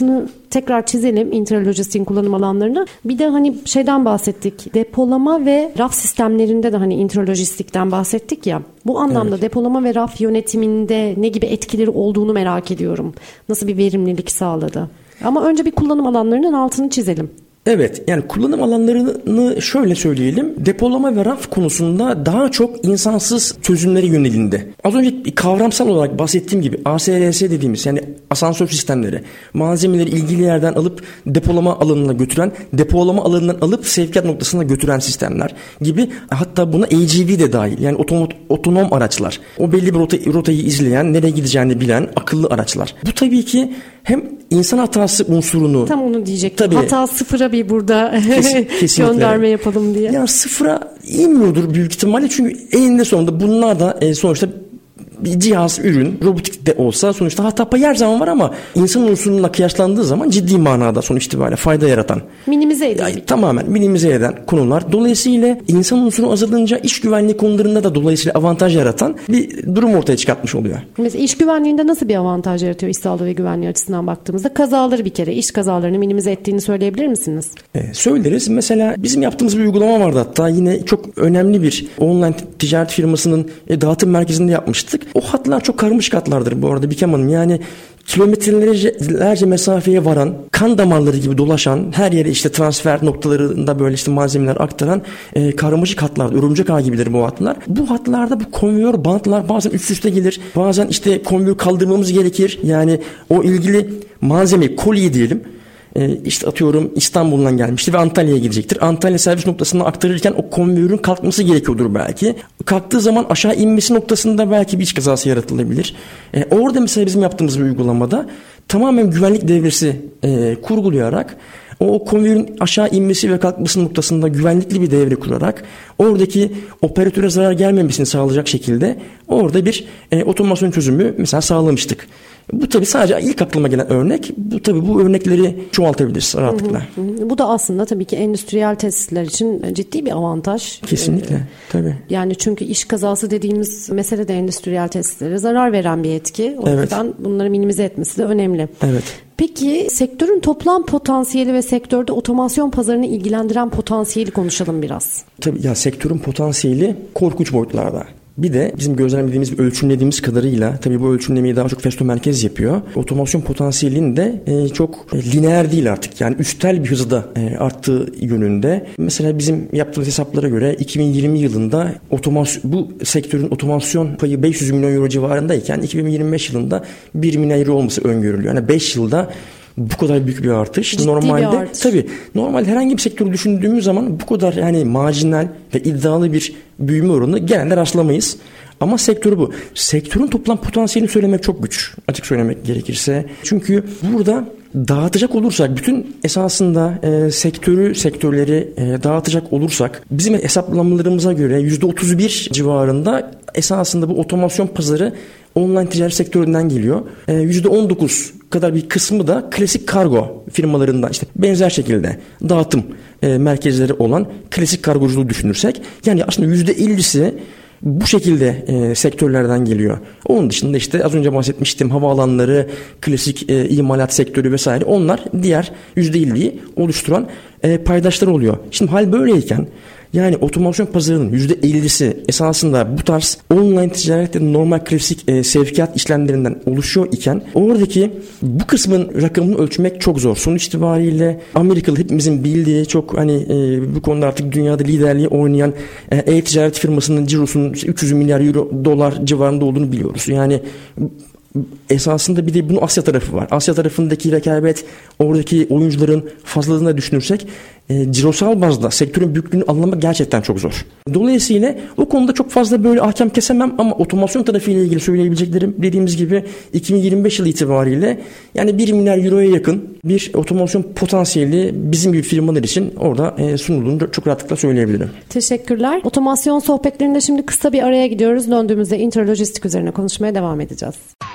tekrar çizelim intralojistiğin kullanım alanlarını. Bir de hani şeyden bahsettik. Depolama ve raf sistemlerinde de hani intralojistikten bahsettik ya. Bu anlamda evet. depolama ve raf yönetiminde ne gibi etkileri olduğunu merak ediyorum. Nasıl bir verimlilik sağladı? Ama önce bir kullanım alanlarının altını çizelim. Evet, yani kullanım alanlarını şöyle söyleyelim. Depolama ve raf konusunda daha çok insansız çözümlere yönelindi. Az önce kavramsal olarak bahsettiğim gibi A S R S dediğimiz yani asansör sistemleri, malzemeleri ilgili yerden alıp depolama alanına götüren, depolama alanından alıp sevkiyat noktasına götüren sistemler gibi, hatta buna A G V de dahil. Yani otom, otonom araçlar. O belli bir rota, rotayı izleyen, nereye gideceğini bilen akıllı araçlar. Bu tabii ki hem insan hatası unsurunu... Tam onu diyecektim. Tabii, hata sıfıra bir burada Kes, gönderme yapalım diye. Ya sıfıra inmiyordur büyük ihtimalle. Çünkü eninde sonunda bunlar da e, sonuçta bir cihaz, ürün, robotik de olsa sonuçta hata payı her zaman var ama insan unsurunla kıyaslandığı zaman ciddi manada sonuç itibariyle fayda yaratan. Minimize eden. Yani, tamamen minimize eden konular. Dolayısıyla insan unsuru azalınca iş güvenliği konularında da dolayısıyla avantaj yaratan bir durum ortaya çıkartmış oluyor. Mesela iş güvenliğinde nasıl bir avantaj yaratıyor iş sağlığı ve güvenliği açısından baktığımızda? Kazaları bir kere, iş kazalarını minimize ettiğini söyleyebilir misiniz? E, söyleriz. Mesela bizim yaptığımız bir uygulama vardı hatta. Yine çok önemli bir online ticaret firmasının e, dağıtım merkezinde yapmıştık. O hatlar çok karmaşık hatlardır bu arada Bikem Hanım. Yani kilometrelerce mesafeye varan, kan damarları gibi dolaşan, her yere işte transfer noktalarında böyle işte malzemeler aktaran e, karmaşık hatlar, örümcek ağ gibidir bu hatlar. Bu hatlarda bu konveyör bantlar bazen üst üste gelir. Bazen işte konveyör kaldırmamız gerekir. Yani o ilgili malzemeyi, kolyeyi diyelim. İşte atıyorum İstanbul'dan gelmişti ve Antalya'ya gidecektir. Antalya servis noktasına aktarırken o konveyörün kalkması gerekiyordur belki. Kalktığı zaman aşağı inmesi noktasında belki bir iç kazası yaratılabilir. E, orada mesela bizim yaptığımız bir uygulamada tamamen güvenlik devresi e, kurgulayarak o konveyörün aşağı inmesi ve kalkması noktasında güvenlikli bir devre kurarak oradaki operatöre zarar gelmemesini sağlayacak şekilde orada bir e, otomasyon çözümü mesela sağlamıştık. Bu tabii sadece ilk aklıma gelen örnek. Bu tabii bu örnekleri çoğaltabiliriz rahatlıkla. Hı hı. Bu da aslında tabii ki endüstriyel tesisler için ciddi bir avantaj. Kesinlikle. Ee, tabii. Yani çünkü iş kazası dediğimiz mesele de endüstriyel tesislere zarar veren bir etki. O evet. yüzden bunları minimize etmesi de önemli. Evet. Peki sektörün toplam potansiyeli ve sektörde otomasyon pazarını ilgilendiren potansiyeli konuşalım biraz. Tabii ya sektörün potansiyeli korkunç boyutlarda. Bir de bizim gözlemlediğimiz, ölçümlediğimiz kadarıyla tabii bu ölçümlemeyi daha çok Festo Merkez yapıyor. Otomasyon potansiyelinin de e, çok e, lineer değil artık. Yani üstel bir hızda e, arttığı yönünde. Mesela bizim yaptığımız hesaplara göre iki bin yirmi yılında otomasyon, bu sektörün otomasyon payı beş yüz milyon euro civarındayken iki bin yirmi beş yılında bir milyon euro olması öngörülüyor. Yani beş yılda bu kadar büyük bir artış. Ciddi normalde bir artış. Tabii normalde herhangi bir sektörü düşündüğümüz zaman bu kadar yani marjinal ve iddialı bir büyüme oranı genelde rastlamayız. Ama sektörü bu. Sektörün toplam potansiyelini söylemek çok güç. Açık söylemek gerekirse. Çünkü burada dağıtacak olursak bütün esasında e, sektörü sektörleri e, dağıtacak olursak bizim hesaplamalarımıza göre yüzde otuz bir civarında esasında bu otomasyon pazarı online ticaret sektöründen geliyor. E, yüzde on dokuz kadar bir kısmı da klasik kargo firmalarından işte benzer şekilde dağıtım e, merkezleri olan klasik kargoculuğu düşünürsek yani aslında yüzde ellisi bu şekilde e, sektörlerden geliyor. Onun dışında işte az önce bahsetmiştim havaalanları, klasik e, imalat sektörü vesaire onlar diğer yüzde elliyi oluşturan e, paydaşlar oluyor. Şimdi hal böyleyken yani otomasyon pazarının yüzde ellisi esasında bu tarz online ticarette normal klasik e, sevkiyat işlemlerinden oluşuyor iken oradaki bu kısmın rakamını ölçmek çok zor. Sonuç itibariyle Amerikalı hepimizin bildiği çok hani e, bu konuda artık dünyada liderliği oynayan e, e-ticaret firmasının cirosunun üç yüz milyar euro dolar civarında olduğunu biliyoruz. Yani esasında bir de bunun Asya tarafı var. Asya tarafındaki rekabet, oradaki oyuncuların fazlalığını düşünürsek e, cirosal bazda sektörün büyüklüğünü anlamak gerçekten çok zor. Dolayısıyla o konuda çok fazla böyle ahkam kesemem ama otomasyon tarafıyla ilgili söyleyebileceklerim dediğimiz gibi iki bin yirmi beş yılı itibariyle yani bir milyar euroya yakın bir otomasyon potansiyeli bizim gibi firmalar için orada e, sunulduğunu çok rahatlıkla söyleyebilirim. Teşekkürler. Otomasyon sohbetlerinde şimdi kısa bir araya gidiyoruz. Döndüğümüzde intralojistik üzerine konuşmaya devam edeceğiz.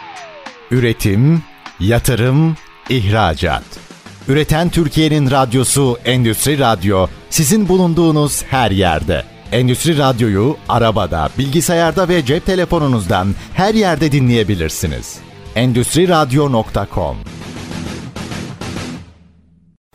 Üretim, yatırım, ihracat. Üreten Türkiye'nin radyosu Endüstri Radyo, sizin bulunduğunuz her yerde. Endüstri Radyo'yu arabada, bilgisayarda ve cep telefonunuzdan her yerde dinleyebilirsiniz. endüstri radyo nokta com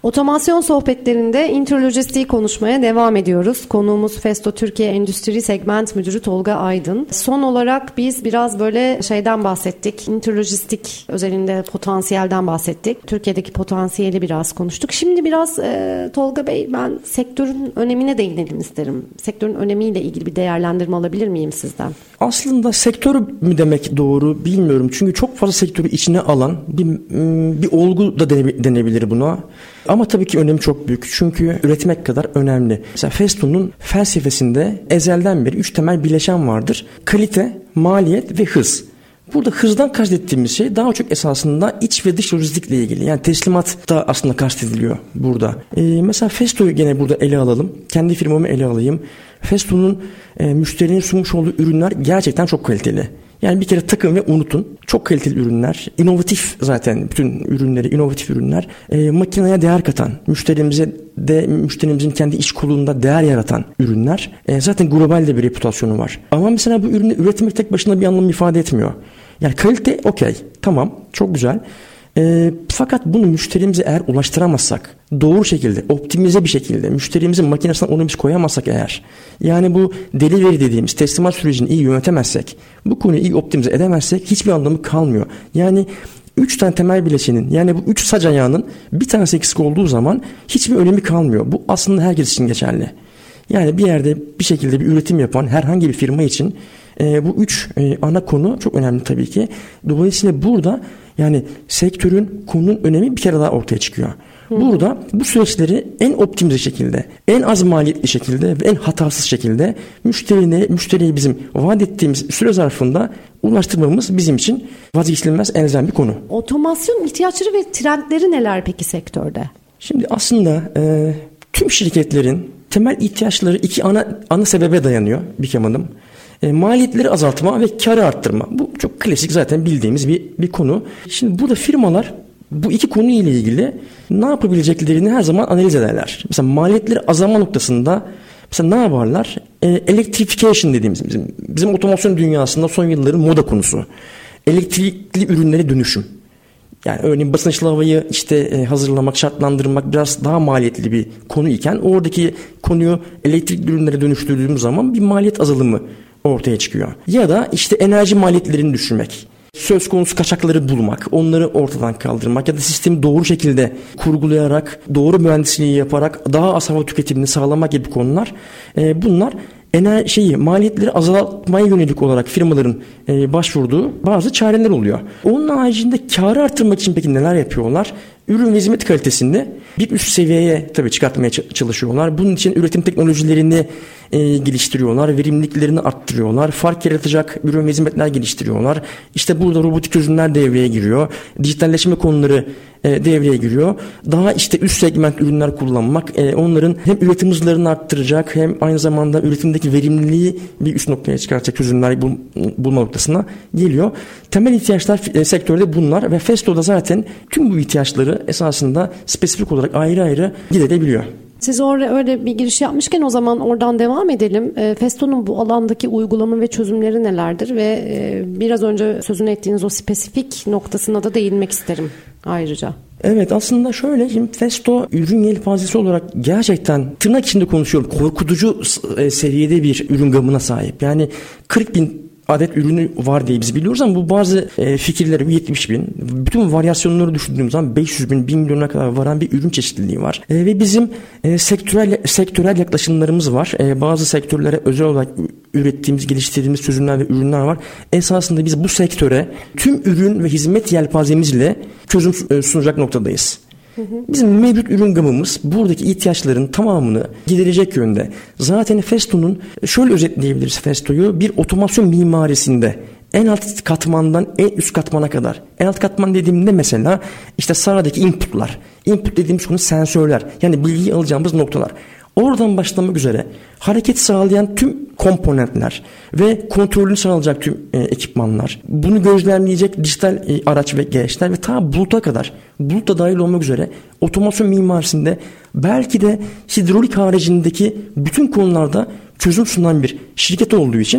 Otomasyon sohbetlerinde intralojistiği konuşmaya devam ediyoruz. Konuğumuz Festo Türkiye Endüstri Segment Müdürü Tolga Aydın. Son olarak biz biraz böyle şeyden bahsettik. Intralojistik özelinde potansiyelden bahsettik. Türkiye'deki potansiyeli biraz konuştuk. Şimdi biraz e, Tolga Bey, ben sektörün önemine değinelim isterim. Sektörün önemiyle ilgili bir değerlendirme alabilir miyim sizden? Aslında sektör mü demek doğru bilmiyorum. Çünkü çok fazla sektörü içine alan bir, bir olgu da denebilir buna. Ama tabii ki önemi çok büyük. Çünkü üretmek kadar önemli. Mesela Festo'nun felsefesinde ezelden beri üç temel bileşen vardır. Kalite, maliyet ve hız. Burada hızdan kastettiğimiz şey daha çok esasında iç ve dış lojistikle ilgili. Yani teslimat da aslında kastediliyor burada. Ee, mesela Festo'yu gene burada ele alalım. Kendi firmamı ele alayım. Festo'nun e, müşterinin sunmuş olduğu ürünler gerçekten çok kaliteli. Yani bir kere takın ve unutun. Çok kaliteli ürünler. İnovatif zaten bütün ürünleri, inovatif ürünler. E, makineye değer katan, müşterimize de müşterimizin kendi iş kolunda değer yaratan ürünler. E, zaten global de bir reputasyonu var. Ama mesela bu ürünü üretmek tek başına bir anlam ifade etmiyor. Yani kalite okey, tamam, çok güzel. E, fakat bunu müşterimize eğer ulaştıramazsak, doğru şekilde, optimize bir şekilde müşterimizin makinesine onu biz koyamazsak eğer, yani bu delivery dediğimiz teslimat sürecini iyi yönetemezsek, bu konuyu iyi optimize edemezsek hiçbir anlamı kalmıyor. Yani üç tane temel bileşenin, yani bu üç sac ayağının bir tanesi eksik olduğu zaman hiçbir önemi kalmıyor. Bu aslında herkes için geçerli. Yani bir yerde bir şekilde bir üretim yapan herhangi bir firma için e, bu üç e, ana konu çok önemli tabii ki. Dolayısıyla burada yani sektörün, konunun önemi bir kere daha ortaya çıkıyor. Burada bu süreçleri en optimize şekilde, en az maliyetli şekilde ve en hatasız şekilde müşterine, müşteriye bizim vaat ettiğimiz süre zarfında ulaştırmamız bizim için vazgeçilmez, elzem bir konu. Otomasyon ihtiyaçları ve trendleri neler peki sektörde? Şimdi aslında e, tüm şirketlerin temel ihtiyaçları iki ana ana sebebe dayanıyor Bikem Hanım. E, maliyetleri azaltma ve karı arttırma. Bu çok klasik, zaten bildiğimiz bir bir konu. Şimdi burada firmalar bu iki konu ile ilgili ne yapabileceklerini her zaman analiz ederler. Mesela maliyetleri azalma noktasında mesela ne yaparlar? E, electrification dediğimiz bizim, bizim otomasyon dünyasında son yılların moda konusu. Elektrikli ürünlere dönüşüm. Yani örneğin basınçlı havayı işte e, hazırlamak, şartlandırmak biraz daha maliyetli bir konu iken oradaki konuyu elektrikli ürünlere dönüştürdüğümüz zaman bir maliyet azalımı ortaya çıkıyor. Ya da işte enerji maliyetlerini düşürmek. Söz konusu kaçakları bulmak, onları ortadan kaldırmak ya da sistemi doğru şekilde kurgulayarak, doğru mühendisliği yaparak daha az hava tüketimini sağlamak gibi konular. E, bunlar ener şeyi maliyetleri azaltmaya yönelik olarak firmaların e, başvurduğu bazı çareler oluyor. Onun haricinde karı artırmak için peki neler yapıyorlar? Ürün ve hizmet kalitesinde bir üst seviyeye tabii çıkartmaya çalışıyorlar. Bunun için üretim teknolojilerini e, geliştiriyorlar, verimliliklerini arttırıyorlar, fark yaratacak ürün ve hizmetler geliştiriyorlar. İşte burada robotik çözümler devreye giriyor, dijitalleşme konuları e, devreye giriyor. Daha işte üst segment ürünler kullanmak, e, onların hem üretim hızlarını arttıracak hem aynı zamanda üretimdeki verimliliği bir üst noktaya çıkartacak çözümler bul, bulma noktasına geliyor. Temel ihtiyaçlar e, sektörde bunlar ve Festo'da zaten tüm bu ihtiyaçları esasında spesifik olarak ayrı ayrı giderebiliyor. Siz orada öyle bir giriş yapmışken o zaman oradan devam edelim. E, Festo'nun bu alandaki uygulama ve çözümleri nelerdir ve e, biraz önce sözünü ettiğiniz o spesifik noktasına da değinmek isterim ayrıca. Evet, aslında şöyle, şimdi Festo ürün yelpazesi olarak gerçekten tırnak içinde konuşuyorum, korkutucu e, seviyede bir ürün gamına sahip. Yani kırk bin adet ürünü var diye biz biliyoruz ama bu bazı e, fikirleri yetmiş bin. Bütün varyasyonları düşündüğümüz zaman beş yüz bin, bin milyona kadar varan bir ürün çeşitliliği var. E, ve bizim e, sektörel sektörel yaklaşımlarımız var. E, bazı sektörlere özel olarak ürettiğimiz, geliştirdiğimiz çözümler ve ürünler var. Esasında biz bu sektöre tüm ürün ve hizmet yelpazemizle çözüm sunacak noktadayız. Bizim mevcut ürün gamımız buradaki ihtiyaçların tamamını giderecek yönde. Zaten Festo'nun, şöyle özetleyebiliriz Festo'yu, bir otomasyon mimarisinde en alt katmandan en üst katmana kadar. En alt katman dediğimde mesela işte sağdaki inputlar. Input dediğimiz konu sensörler. Yani bilgiyi alacağımız noktalar. Oradan başlamak üzere hareket sağlayan tüm komponentler ve kontrolünü sağlayacak tüm e, ekipmanlar, bunu gözlemleyecek dijital e, araç ve gereçler ve ta buluta kadar, bulut da dahil olmak üzere otomasyon mimarisinde belki de hidrolik haricindeki bütün konularda çözüm sunan bir şirket olduğu için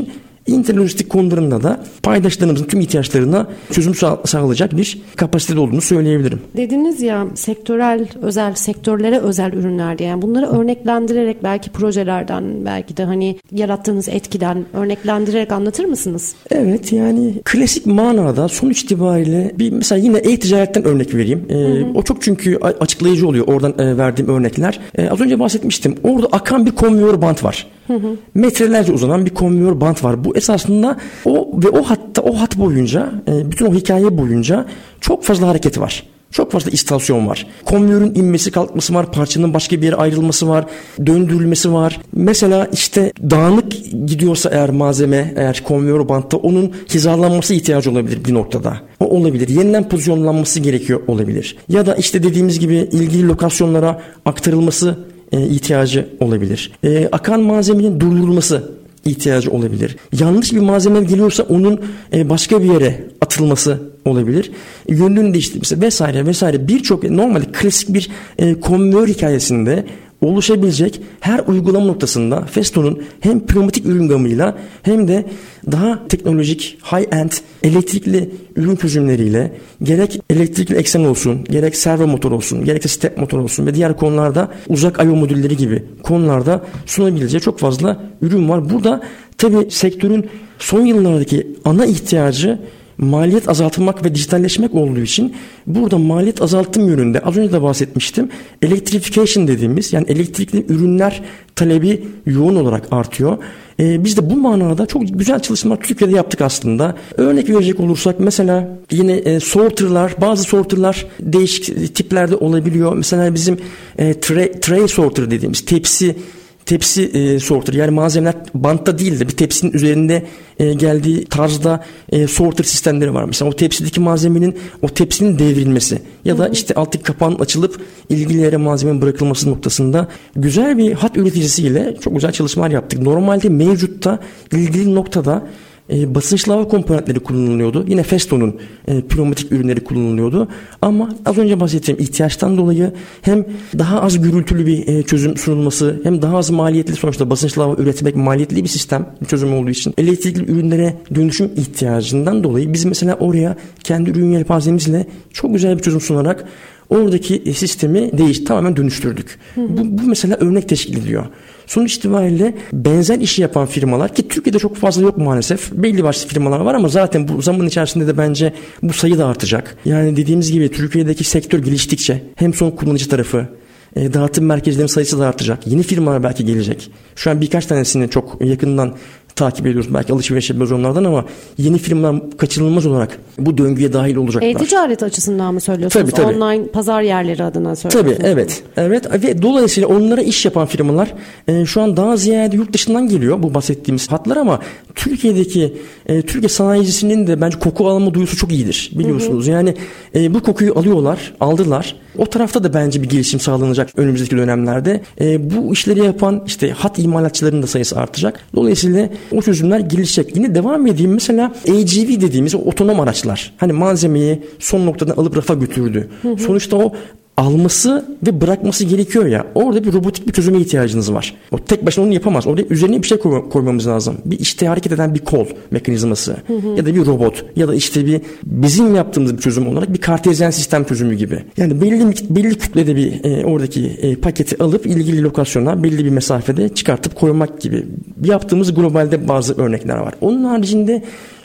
İnterlojistik konularında da paydaşlarımızın tüm ihtiyaçlarına çözüm sağ- sağlayacak bir kapasitede olduğunu söyleyebilirim. Dediniz ya sektörel, özel, sektörlere özel ürünler diye. Yani bunları örneklendirerek belki projelerden, belki de hani yarattığınız etkiden örneklendirerek anlatır mısınız? Evet, yani klasik manada sonuç itibariyle bir mesela yine e-ticaretten örnek vereyim. Ee, hı hı. O çok çünkü açıklayıcı oluyor oradan e, verdiğim örnekler. E, az önce bahsetmiştim. Orada akan bir konveyör bant var. Hı hı. Metrelerce uzanan bir konveyör bant var. Bu esasında o ve o hatta o hat boyunca, e, bütün o hikaye boyunca çok fazla hareketi var. Çok fazla istasyon var. Konveyörün inmesi kalkması var. Parçanın başka bir yere ayrılması var. Döndürülmesi var. Mesela işte dağınık gidiyorsa eğer malzeme, eğer konveyör bantta onun hizalanması ihtiyacı olabilir bir noktada. O olabilir. Yeniden pozisyonlanması gerekiyor olabilir. Ya da işte dediğimiz gibi ilgili lokasyonlara aktarılması e, ihtiyacı olabilir. E, akan malzemenin durdurulması ihtiyacı olabilir. Yanlış bir malzeme geliyorsa onun e, başka bir yere atılması olabilir. Yönünün değiştirmesi vesaire vesaire birçok normal klasik bir e, konveyör hikayesinde oluşabilecek her uygulama noktasında Festo'nun hem pneumatik ürün gamıyla hem de daha teknolojik high-end elektrikli ürün çözümleriyle gerek elektrikli eksen olsun, gerek servo motor olsun, gerekse step motor olsun ve diğer konularda uzak I O modülleri gibi konularda sunabileceği çok fazla ürün var. Burada tabii sektörün son yıllardaki ana ihtiyacı maliyet azaltmak ve dijitalleşmek olduğu için burada maliyet azaltım yönünde az önce de bahsetmiştim. Electrification dediğimiz yani elektrikli ürünler talebi yoğun olarak artıyor. Ee, biz de bu manada çok güzel çalışmalar Türkiye'de yaptık aslında. Örnek verecek olursak mesela yine e, sorterlar, bazı sorterlar değişik tiplerde olabiliyor. Mesela bizim e, tray, tray sorter dediğimiz tepsi Tepsi e, sorter yani malzemeler bantta değil de bir tepsinin üzerinde e, geldiği tarzda e, sorter sistemleri var. Mesela o tepsideki malzemenin o tepsinin devrilmesi ya da işte alttaki kapağın açılıp ilgili yere malzemenin bırakılması noktasında güzel bir hat üreticisiyle çok güzel çalışmalar yaptık. Normalde mevcutta ilgili noktada E, basınçlı hava komponentleri kullanılıyordu. Yine Festo'nun e, pneumatik ürünleri kullanılıyordu. Ama az önce bahsettiğim ihtiyaçtan dolayı hem daha az gürültülü bir e, çözüm sunulması hem daha az maliyetli sonuçta basınçlı hava üretmek maliyetli bir sistem bir çözüm olduğu için elektrikli ürünlere dönüşüm ihtiyacından dolayı biz mesela oraya kendi ürün yelpazemizle çok güzel bir çözüm sunarak oradaki sistemi değiş tamamen dönüştürdük. Hı hı. Bu, bu mesela örnek teşkil ediyor. Sonuç itibariyle benzer işi yapan firmalar ki Türkiye'de çok fazla yok maalesef. Belli başlı firmalar var ama zaten bu zaman içerisinde de bence bu sayı da artacak. Yani dediğimiz gibi Türkiye'deki sektör geliştikçe hem son kullanıcı tarafı e, dağıtım merkezlerinin sayısı da artacak. Yeni firmalar belki gelecek. Şu an birkaç tanesini çok yakından takip ediyoruz. Belki alışveriş yapıyoruz onlardan ama yeni firmalar kaçınılmaz olarak bu döngüye dahil olacaklar. E-ticaret açısından mı söylüyorsunuz? Tabii, tabii. Online pazar yerleri adına söylüyorsunuz. Tabii evet. Evet ve dolayısıyla onlara iş yapan firmalar e, şu an daha ziyade yurt dışından geliyor bu bahsettiğimiz hatlar ama Türkiye'deki e, Türkiye sanayicisinin de bence koku alma duyusu çok iyidir. Biliyorsunuz. Hı hı. Yani e, bu kokuyu alıyorlar, aldılar. O tarafta da bence bir gelişim sağlanacak önümüzdeki dönemlerde. E, bu işleri yapan işte hat imalatçılarının da sayısı artacak. Dolayısıyla o çözümler gelişecek. Yine devam edeyim. Mesela A G V dediğimiz o otonom araçlar. Hani malzemeyi son noktadan alıp rafa götürdü. Hı hı. Sonuçta o alması ve bırakması gerekiyor ya. Orada bir robotik bir çözüme ihtiyacınız var. O tek başına onu yapamaz. Oraya üzerine bir şey koy- koymamız lazım. Bir işte hareket eden bir kol mekanizması hı hı. ya da bir robot ya da işte bir bizim yaptığımız bir çözüm olarak bir kartezyen sistem çözümü gibi. Yani belli belli kütlede bir e, oradaki e, paketi alıp ilgili lokasyona belli bir mesafede çıkartıp koymak gibi. Yaptığımız globalde bazı örnekler var. Onun haricinde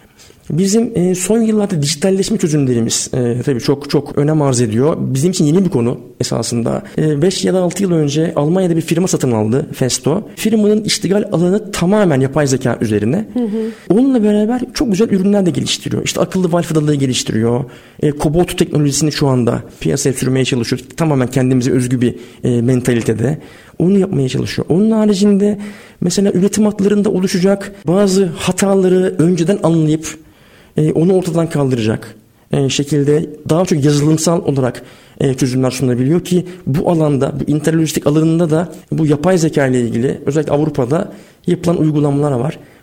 bizim e, son yıllarda dijitalleşme çözümlerimiz e, tabii çok çok önem arz ediyor. Bizim için yeni bir konu esasında. beş ya da altı yıl önce Almanya'da bir firma satın aldı Festo. Firmanın iştigal alanı tamamen yapay zeka üzerine. Hı hı. Onunla beraber çok güzel ürünler de geliştiriyor. İşte akıllı valf adalığı geliştiriyor. E, Cobot teknolojisini şu anda piyasaya sürmeye çalışıyor. Tamamen kendimize özgü bir e, mentalitede. Onu yapmaya çalışıyor. Onun haricinde mesela üretim hatlarında oluşacak bazı hataları önceden anlayıp e, onu ortadan kaldıracak e, şekilde daha çok yazılımsal olarak e, çözümler sunabiliyor ki bu alanda, bu interlojistik alanında da bu yapay zeka ile ilgili özellikle Avrupa'da yapılan uygulamalar var.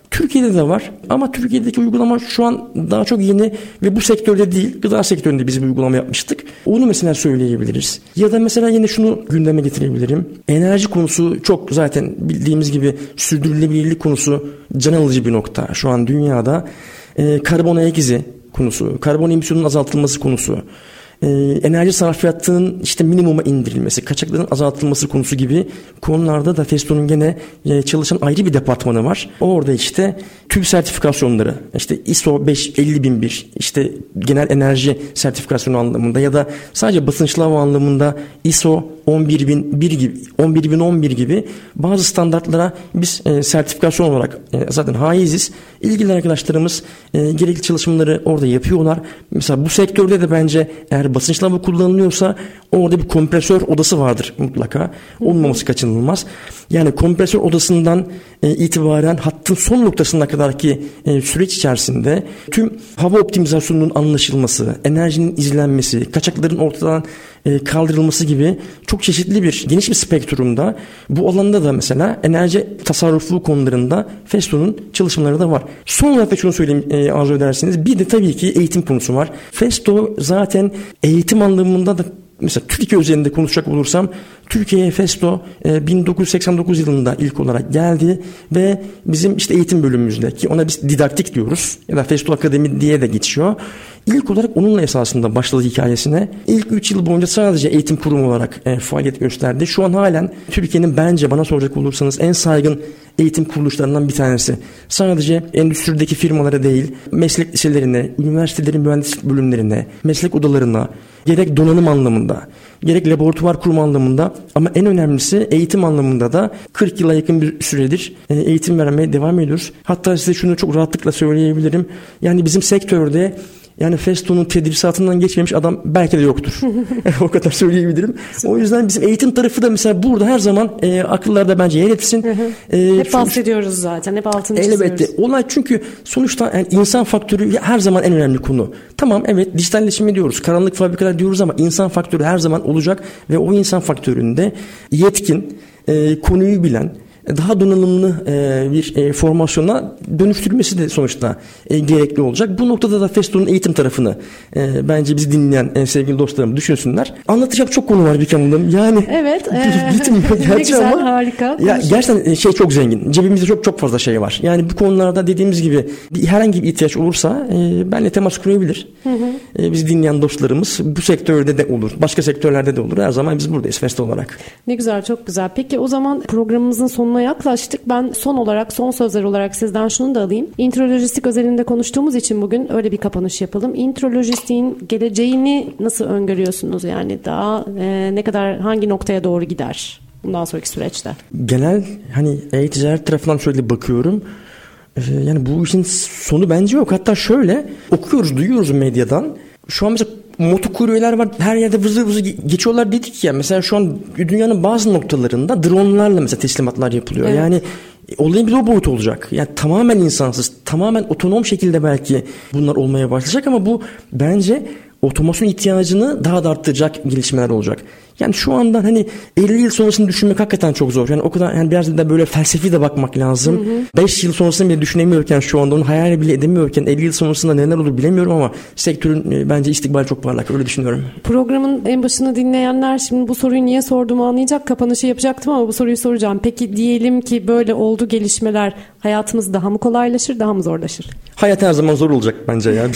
Türkiye'de de var ama Türkiye'deki uygulama şu an daha çok yeni ve bu sektörde değil, gıda sektöründe biz bir uygulama yapmıştık. Onu mesela söyleyebiliriz. Ya da mesela yine şunu gündeme getirebilirim. Enerji konusu çok zaten bildiğimiz gibi sürdürülebilirlik konusu can alıcı bir nokta. Şu an dünyada e, karbon ayak izi konusu, karbon emisyonunun azaltılması konusu, Ee, enerji sarfiyatının işte minimuma indirilmesi, kaçakların azaltılması konusu gibi konularda da Festo'nun gene e, çalışan ayrı bir departmanı var. Orada işte tüm sertifikasyonları, işte I S O beş elli bin bir, işte genel enerji sertifikasyonu anlamında ya da sadece basınçlı hava anlamında I S O on bir bin bir gibi, on bir bin on bir gibi bazı standartlara biz e, sertifikasyon olarak e, zaten haiziz. İlgili arkadaşlarımız e, gerekli çalışmaları orada yapıyorlar. Mesela bu sektörde de bence eğer basınçlı hava kullanılıyorsa orada bir kompresör odası vardır mutlaka. Olmaması kaçınılmaz. Yani kompresör odasından e, itibaren hattın son noktasına kadar ki e, süreç içerisinde tüm hava optimizasyonunun anlaşılması, enerjinin izlenmesi, kaçakların ortadan e, kaldırılması gibi çok çeşitli bir geniş bir spektrumda bu alanda da mesela enerji tasarrufu konularında Festo'nun çalışmaları da var. Son olarak da şunu söyleyeyim e, arzu edersiniz. Bir de tabii ki eğitim konusu var. Festo zaten eğitim anlamında da mesela Türkiye üzerinde konuşacak olursam Türkiye'ye Festo e, bin dokuz yüz seksen dokuz yılında ilk olarak geldi ve bizim işte eğitim bölümümüzde ki ona biz didaktik diyoruz ya da Festo Akademi diye de geçiyor. İlk olarak onunla esasında başladı hikayesine. İlk üç yıl boyunca sadece eğitim kurumu olarak e, faaliyet gösterdi. Şu an halen Türkiye'nin bence bana soracak olursanız en saygın eğitim kuruluşlarından bir tanesi. Sadece endüstrideki firmalara değil, meslek liselerine, üniversitelerin mühendislik bölümlerine, meslek odalarına, gerek donanım anlamında, gerek laboratuvar kurma anlamında ama en önemlisi eğitim anlamında da kırk yıla yakın bir süredir eğitim vermeye devam ediyoruz. Hatta size şunu çok rahatlıkla söyleyebilirim. Yani bizim sektörde yani Festo'nun tedrisatından geçmemiş adam belki de yoktur. O kadar söyleyebilirim. O yüzden bizim eğitim tarafı da mesela burada her zaman e, akıllarda bence yer etsin. E, hep bahsediyoruz zaten. Hep altını çiziyoruz. Elbette. Olay çünkü sonuçta yani insan faktörü her zaman en önemli konu. Tamam evet dijitalleşme diyoruz. Karanlık fabrikalar diyoruz ama insan faktörü her zaman olacak ve o insan faktöründe yetkin, e, konuyu bilen, daha donanımlı e, bir e, formasyona dönüştürmesi de sonuçta e, gerekli olacak. Bu noktada da Festo'nun eğitim tarafını e, bence bizi dinleyen e, sevgili dostlarım düşünsünler. Anlatacak çok konu var bir kanalım. Yani evet. E, bitmiyor ne güzel, ama, harika. Ya, gerçekten şey çok zengin. Cebimizde çok çok fazla şey var. Yani bu konularda dediğimiz gibi bir, herhangi bir ihtiyaç olursa e, benimle temas kurabilir. Hı hı. E, bizi dinleyen dostlarımız bu sektörde de olur. Başka sektörlerde de olur. Her zaman biz buradayız Festo olarak. Ne güzel, çok güzel. Peki o zaman programımızın sonuna yaklaştık. Ben son olarak, son sözler olarak sizden şunu da alayım. İntrolojistik özelinde konuştuğumuz için bugün öyle bir kapanış yapalım. İntrolojistiğin geleceğini nasıl öngörüyorsunuz? Yani daha e, ne kadar, hangi noktaya doğru gider bundan sonraki süreçte? Genel hani e-ticaret tarafından şöyle bakıyorum. Ee, yani bu işin sonu bence yok. Hatta şöyle okuyoruz, duyuyoruz medyadan. Şu an mesela motokuryeler var. Her yerde vızır vızır geçiyorlar dedik ya. Mesela şu an dünyanın bazı noktalarında dronlarla mesela teslimatlar yapılıyor. Evet. Yani olayın bir o boyutu olacak. Yani tamamen insansız, tamamen otonom şekilde belki bunlar olmaya başlayacak ama bu bence otomasyon ihtiyacını daha da arttıracak gelişmeler olacak. Yani şu andan hani elli yıl sonrasını düşünmek hakikaten çok zor. Yani o kadar, yani biraz da böyle felsefi de bakmak lazım. beş yıl sonrasını bile düşünemiyorken, şu anda onu hayal bile edemiyorken elli yıl sonrasında neler olur bilemiyorum ama sektörün e, bence istikbali çok parlak. Öyle düşünüyorum. Programın en başını dinleyenler şimdi bu soruyu niye sorduğumu anlayacak. Kapanışı yapacaktım ama bu soruyu soracağım. Peki diyelim ki böyle oldu gelişmeler, hayatımız daha mı kolaylaşır, daha mı zorlaşır? Hayat her zaman zor olacak bence ya.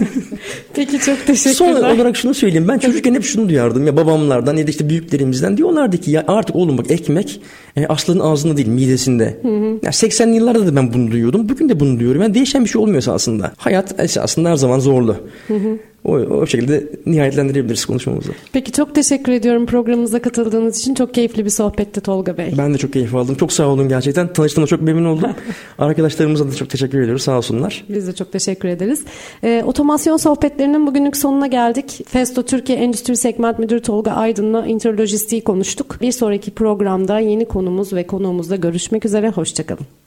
Peki çok teşekkürler. Son olarak şunu söyleyeyim. Ben çocukken hep şunu duyardım ya babamlardan ya da işte büyüklerimizden, diyorlardı ki ya artık oğlum bak ekmek e, aslanın ağzında değil midesinde. Hı hı. Ya seksenli yıllarda da ben bunu duyuyordum. Bugün de bunu duyuyorum. Yani değişen bir şey olmuyor aslında. Hayat aslında her zaman zorlu. Hı hı. O, o şekilde nihayetlendirebiliriz konuşmamızı. Peki çok teşekkür ediyorum programımıza katıldığınız için. Çok keyifli bir sohbetti Tolga Bey. Ben de çok keyif aldım. Çok sağ olun gerçekten. Tanıştığıma çok memnun oldum. Arkadaşlarımıza da çok teşekkür ediyoruz. Sağ olsunlar. Biz de çok teşekkür ederiz. E, otomasyon sohbetlerinin bugünlük sonuna geldik. Festo Türkiye Endüstri Segment Müdürü Tolga Aydın'la intralojistiği konuştuk. Bir sonraki programda yeni konumuz ve konuğumuzla görüşmek üzere. Hoşçakalın.